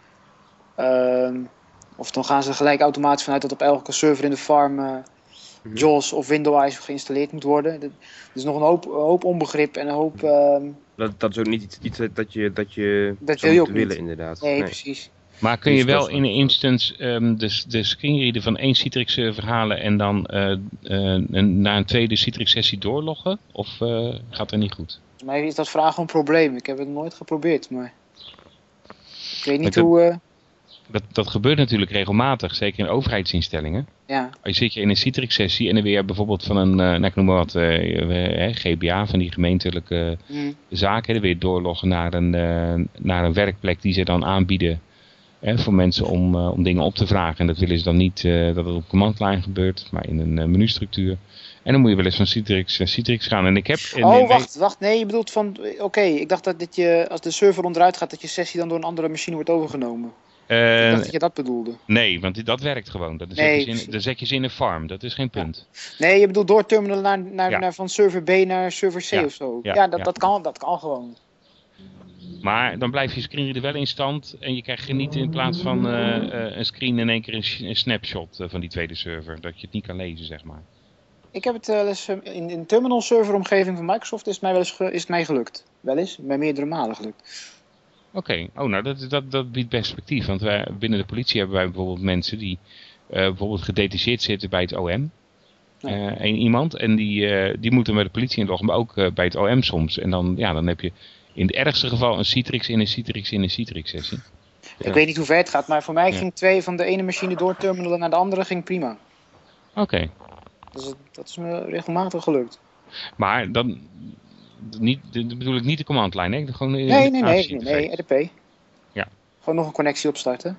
of dan gaan ze er gelijk automatisch vanuit dat op elke server in de farm JAWS of Windows Eyes geïnstalleerd moet worden. Er is nog een hoop onbegrip en een hoop... Dat is ook niet iets dat je dat zou wil moeten willen niet. inderdaad. Nee, precies. Maar kun je wel in een instance de screenreader van één Citrix server halen en dan naar een tweede Citrix sessie doorloggen? Of gaat dat niet goed? Volgens mij is dat vragen een probleem. Ik heb het nooit geprobeerd, maar ik weet niet hoe... Dat gebeurt natuurlijk regelmatig, zeker in overheidsinstellingen. Ja. Als zit je in een Citrix-sessie en dan weer bijvoorbeeld van een, ik noem maar wat, GBA, van die gemeentelijke zaken, dan weer doorloggen naar een werkplek die ze dan aanbieden voor mensen om dingen op te vragen. En dat willen ze dan niet dat het op command line gebeurt, maar in een menustructuur. En dan moet je wel eens van Citrix gaan. En ik heb... wacht. Nee, je bedoelt van... Oké, ik dacht dat je, als de server onderuit gaat, dat je sessie dan door een andere machine wordt overgenomen. Ik dacht dat je dat bedoelde. Nee, want dat werkt gewoon. Dan zet je ze in een farm. Dat is geen punt. Nee, je bedoelt door terminalen naar van server B naar server C of zo. Ja, dat kan gewoon. Maar dan blijft je screenreader wel in stand. En je krijgt niet in plaats van een screen in één keer een snapshot van die tweede server. Dat je het niet kan lezen, zeg maar. Ik heb het wel eens in de terminal server omgeving van Microsoft is het mij gelukt. Wel eens, bij meerdere malen gelukt. Oké, dat biedt perspectief. Want binnen de politie hebben wij bijvoorbeeld mensen die bijvoorbeeld gedetacheerd zitten bij het OM. Iemand. En die moeten met de politie inloggen, maar ook bij het OM soms. En dan heb je in het ergste geval een Citrix in een Citrix in een Citrix sessie. Ik weet niet hoe ver het gaat, maar voor mij ging 2 van de ene machine doorterminalen naar de andere ging prima. Oké. Dus dat is me regelmatig gelukt. Maar dan bedoel ik niet de command line, hè? Gewoon nee, RDP. Ja. Gewoon nog een connectie opstarten.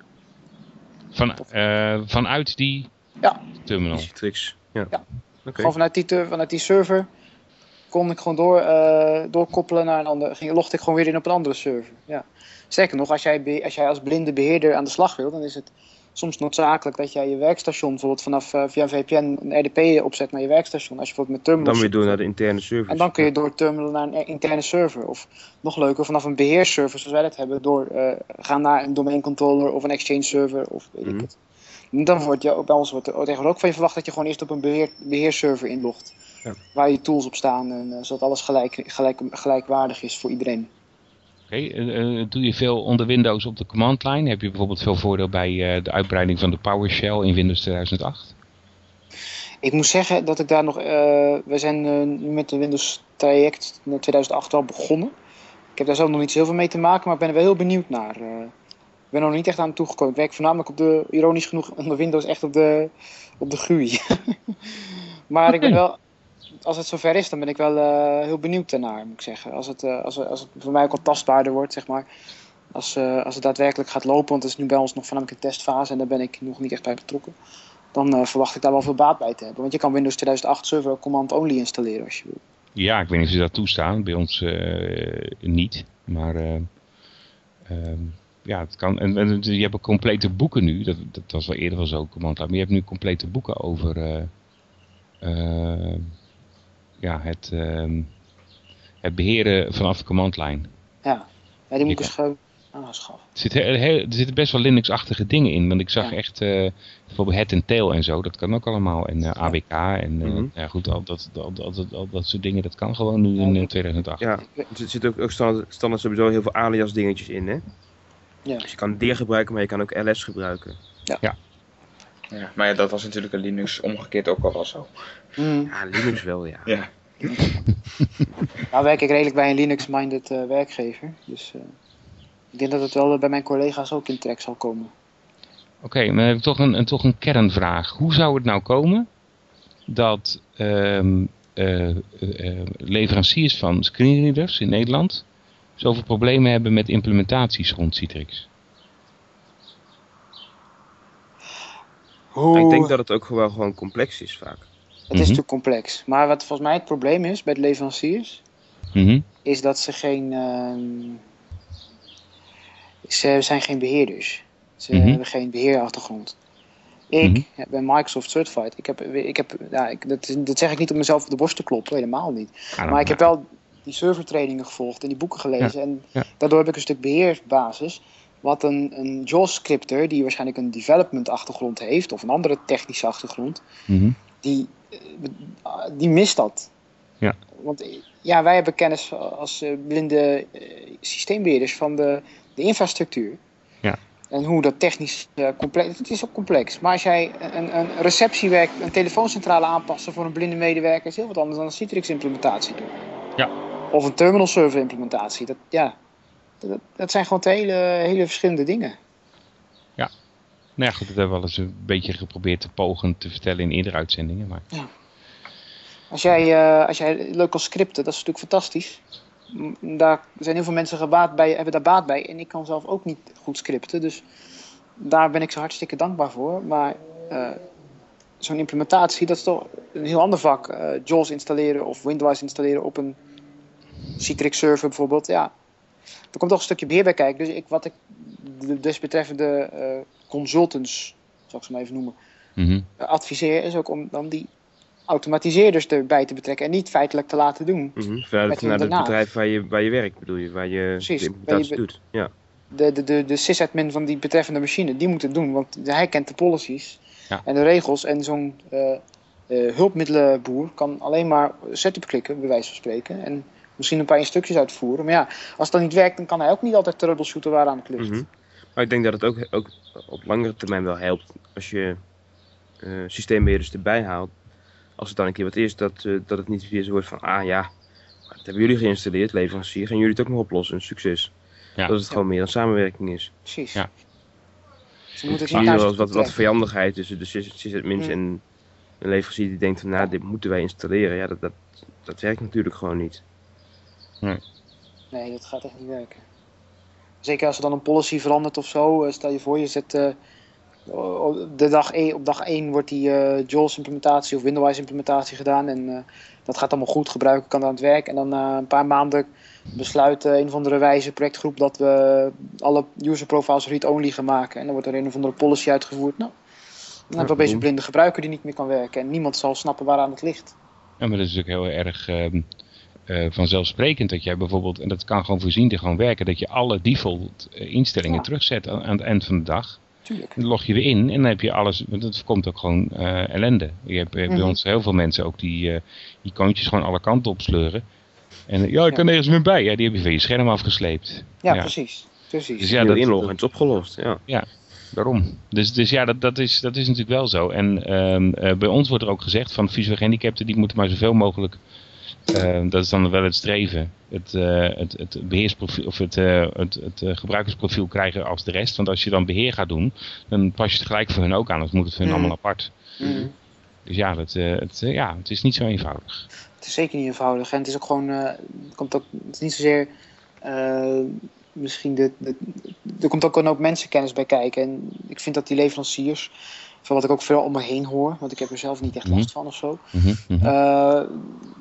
Vanuit die terminal. Citrix, ja. Okay. Gewoon vanuit die server kon ik gewoon doorkoppelen naar een andere. Logde ik gewoon weer in op een andere server. Ja. Sterker nog, als jij als blinde beheerder aan de slag wil, dan is het soms noodzakelijk dat jij je werkstation bijvoorbeeld via een VPN een RDP opzet naar je werkstation. Als je bijvoorbeeld met terminal dan weer door naar de interne server. En dan kun je door terminal naar een interne server. Of nog leuker, vanaf een beheerserver zoals wij dat hebben, gaan naar een domain controller of een exchange server of weet ik het. En dan wordt bij ons tegenwoordig ook van je verwacht dat je gewoon eerst op een beheerserver inlogt. Ja. Waar je tools op staan en zodat alles gelijkwaardig is voor iedereen. Oké, doe je veel onder Windows op de command line? Heb je bijvoorbeeld veel voordeel bij de uitbreiding van de PowerShell in Windows 2008? Ik moet zeggen dat ik daar nog... we zijn nu met de Windows traject in 2008 al begonnen. Ik heb daar zelf nog niet zoveel mee te maken, maar ik ben er wel heel benieuwd naar. Ik ben er nog niet echt aan toegekomen. Ik werk voornamelijk ironisch genoeg, onder Windows echt op de GUI. Maar ik ben wel... Als het zover is, dan ben ik wel heel benieuwd daarnaar, moet ik zeggen. Als het voor mij ook wat tastbaarder wordt, zeg maar. Als het daadwerkelijk gaat lopen, want het is nu bij ons nog voornamelijk een testfase en daar ben ik nog niet echt bij betrokken. Dan verwacht ik daar wel veel baat bij te hebben. Want je kan Windows 2008 server ook command-only installeren als je wil. Ja, ik weet niet of ze dat toestaan. Bij ons niet. Maar Het kan. En je hebt ook complete boeken nu. Dat was wel eerder wel zo, command line. Maar je hebt nu complete boeken over het beheren vanaf de command line. Ja, die moet ik dus gewoon aanschaffen. Er zitten best wel Linux-achtige dingen in. Want ik zag echt bijvoorbeeld Head and Tail en zo. Dat kan ook allemaal. En AWK en goed, al dat soort dingen. Dat kan gewoon nu in 2008. Ja, er zitten ook standaard sowieso heel veel alias dingetjes in, hè? Ja. Dus je kan dir gebruiken, maar je kan ook ls gebruiken. Ja, maar ja, dat was natuurlijk een Linux omgekeerd ook al wel zo. Ja, Linux wel, ja. Ja. Nou werk ik redelijk bij een Linux-minded werkgever. Dus ik denk dat het wel bij mijn collega's ook in trek zal komen. Oké, maar dan heb ik toch een kernvraag. Hoe zou het nou komen dat leveranciers van screenreaders in Nederland zoveel problemen hebben met implementaties rond Citrix? Ik denk dat het ook wel gewoon complex is vaak. Het is natuurlijk complex. Maar wat volgens mij het probleem is bij de leveranciers, is dat ze ze zijn geen beheerders. Ze hebben geen beheerachtergrond. Ik ben Microsoft Certified. Dat zeg ik niet om mezelf op de borst te kloppen, helemaal niet. Maar ik heb wel die servertrainingen gevolgd en die boeken gelezen. En daardoor heb ik een stuk beheerbasis. Wat een JAWS-scripter, die waarschijnlijk een development achtergrond heeft, of een andere technische achtergrond, die mist dat. Ja. Want wij hebben kennis als blinde systeembeheerders van de infrastructuur. Ja. En hoe dat technisch complex. Het is ook complex. Maar als jij een receptiewerk, een telefooncentrale aanpassen voor een blinde medewerker, is heel wat anders dan een Citrix-implementatie doen. Ja. Of een terminal server implementatie. Dat zijn gewoon twee hele verschillende dingen. Ja. Nou ja, goed, dat hebben we wel eens een beetje geprobeerd te pogen te vertellen in eerdere uitzendingen. Maar... Ja. Als jij leuk kan scripten, dat is natuurlijk fantastisch. Daar zijn heel veel mensen hebben daar baat bij. En ik kan zelf ook niet goed scripten. Dus daar ben ik zo hartstikke dankbaar voor. Maar zo'n implementatie, dat is toch een heel ander vak. JAWS installeren of Windows installeren op een Citrix server bijvoorbeeld. Ja, er komt toch een stukje beheer bij kijken. Dus wat ik de desbetreffende consultants, zal ik ze maar even noemen, adviseer, is ook om dan die automatiseerders erbij te betrekken en niet feitelijk te laten doen. Naar het bedrijf waar je werkt, bedoel je, waar je de implementatie doet. Ja. De sysadmin van die betreffende machine, die moet het doen, want hij kent de policies en de regels. En zo'n hulpmiddelenboer kan alleen maar setup klikken, bij wijze van spreken, en misschien een paar instructies uitvoeren. Maar ja, als dat niet werkt, dan kan hij ook niet altijd troubleshooten waaraan het ligt. Maar ik denk dat het ook op langere termijn wel helpt als je systeembeheerders erbij haalt. Als het dan een keer wat is, dat het niet weer zo wordt van, dat hebben jullie geïnstalleerd, leverancier, gaan jullie het ook nog oplossen, succes. Ja. Dat het gewoon meer een samenwerking is. Precies. Ja. Ze moeten zie je wel wat vijandigheid tussen de sysadmins en een leverancier die denkt van, dit moeten wij installeren. Ja, dat werkt natuurlijk gewoon niet. Nee, dat gaat echt niet werken. Zeker als er dan een policy verandert of zo, stel je voor, je zet... op dag 1 wordt die JAWS implementatie of Windows implementatie gedaan en dat gaat allemaal goed, gebruiken kan aan het werk en dan na een paar maanden besluit een of andere wijze projectgroep dat we alle user profiles read-only gaan maken en dan wordt er een of andere policy uitgevoerd. Nou, dan hebben we opeens een blinde gebruiker die niet meer kan werken en niemand zal snappen waaraan het ligt. Ja, maar dat is ook heel erg vanzelfsprekend dat jij bijvoorbeeld, en dat kan gewoon voorzien gewoon werken, dat je alle default instellingen terugzet aan het eind van de dag. Tuurlijk. Dan log je weer in en dan heb je alles, want dat voorkomt ook gewoon ellende. Je hebt bij ons heel veel mensen ook die icoontjes gewoon alle kanten op sleuren. En ik kan nergens meer bij. Ja, die heb je van je scherm afgesleept. Ja, precies. Dus ja, dat inloggen, het is opgelost. Ja, daarom. Dus ja, dat is natuurlijk wel zo. En bij ons wordt er ook gezegd van visueel gehandicapten, die moeten maar zoveel mogelijk... dat is dan wel het streven. Het beheersprofiel of het gebruikersprofiel krijgen als de rest. Want als je dan beheer gaat doen, dan pas je het gelijk voor hun ook aan. Dan moet het voor hun allemaal apart. Dus ja, het is niet zo eenvoudig. Het is zeker niet eenvoudig. En het is ook gewoon, het is niet zozeer misschien er komt ook een hoop mensenkennis bij kijken. En ik vind dat die leveranciers, van wat ik ook veel om me heen hoor, want ik heb er zelf niet echt last van of zo.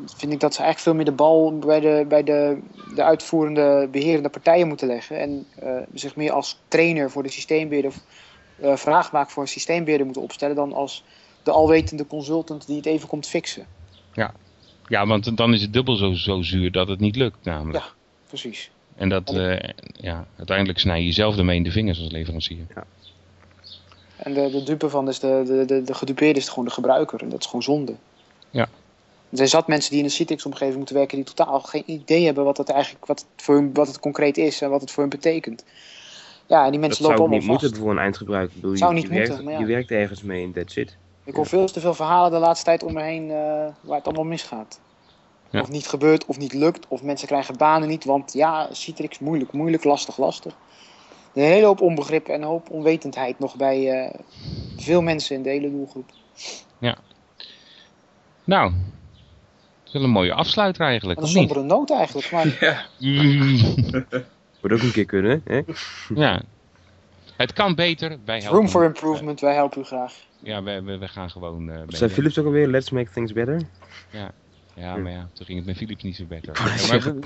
vind ik dat ze eigenlijk veel meer de bal bij de uitvoerende, beherende partijen moeten leggen. En zich meer als trainer voor de systeembeheerder of vraag maken voor een systeembeheerder moeten opstellen dan als de alwetende consultant die het even komt fixen. Ja, want dan is het dubbel zo zuur dat het niet lukt namelijk. Ja, precies. En dat, uiteindelijk snij je jezelf ermee in de vingers als leverancier. Ja. En de dupe van is de gedupeerde is gewoon de gebruiker. En dat is gewoon zonde. Ja. Er zijn zat mensen die in een Citrix-omgeving moeten werken die totaal geen idee hebben wat het concreet is en wat het voor hun betekent. Ja, en die mensen lopen allemaal vast. Dat zou niet moeten voor een eindgebruiker. Je werkt ergens mee en that's it. Ik hoor veel te veel verhalen de laatste tijd om me heen waar het allemaal misgaat. Ja. Of niet gebeurt, of niet lukt, of mensen krijgen banen niet, want ja, Citrix moeilijk, lastig. Een hele hoop onbegrip en een hoop onwetendheid nog bij veel mensen in de hele doelgroep. Ja. Nou, dat is wel een mooie afsluiter eigenlijk. Dat is een sombere noot eigenlijk, maar... Ja. Wordt ook een keer kunnen, hè? Ja. Het kan beter, wij helpen. Room for improvement, wij helpen u graag. Ja, we gaan gewoon... Wat zei Philips ook alweer? Let's make things better? Ja, maar ja, toen ging het met Philips niet zo beter.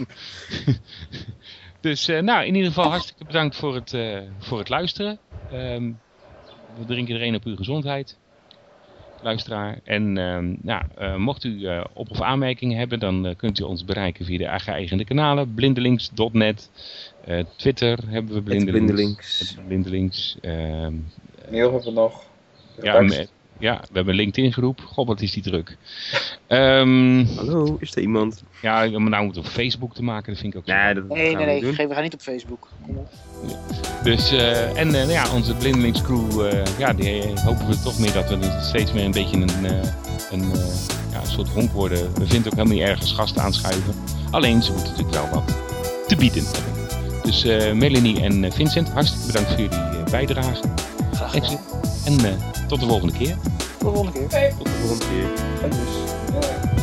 Dus nou, in ieder geval hartstikke bedankt voor het luisteren. We drinken iedereen op uw gezondheid, luisteraar. En mocht u op- of aanmerkingen hebben, dan kunt u ons bereiken via de geëigende kanalen. Blindelings.net. Twitter hebben we Blindelings. Mail hebben we nog. Ja, we hebben een LinkedIn groep. God, wat is die druk. Hallo, is er iemand? Ja, maar nou moet het op Facebook te maken, dat vind ik ook zo. Nee, We gaan niet op Facebook. Kom op. Dus, onze Blindelings crew, die hopen we toch meer dat we steeds meer een beetje een soort honk worden. We vinden ook helemaal niet ergens gasten aanschuiven. Alleen, ze moeten natuurlijk wel wat te bieden hebben. Dus Melanie en Vincent, hartstikke bedankt voor jullie bijdrage. Graag gedaan. En tot de volgende keer. Tot de volgende keer. Oké. Tot de volgende keer. En dus. Doei.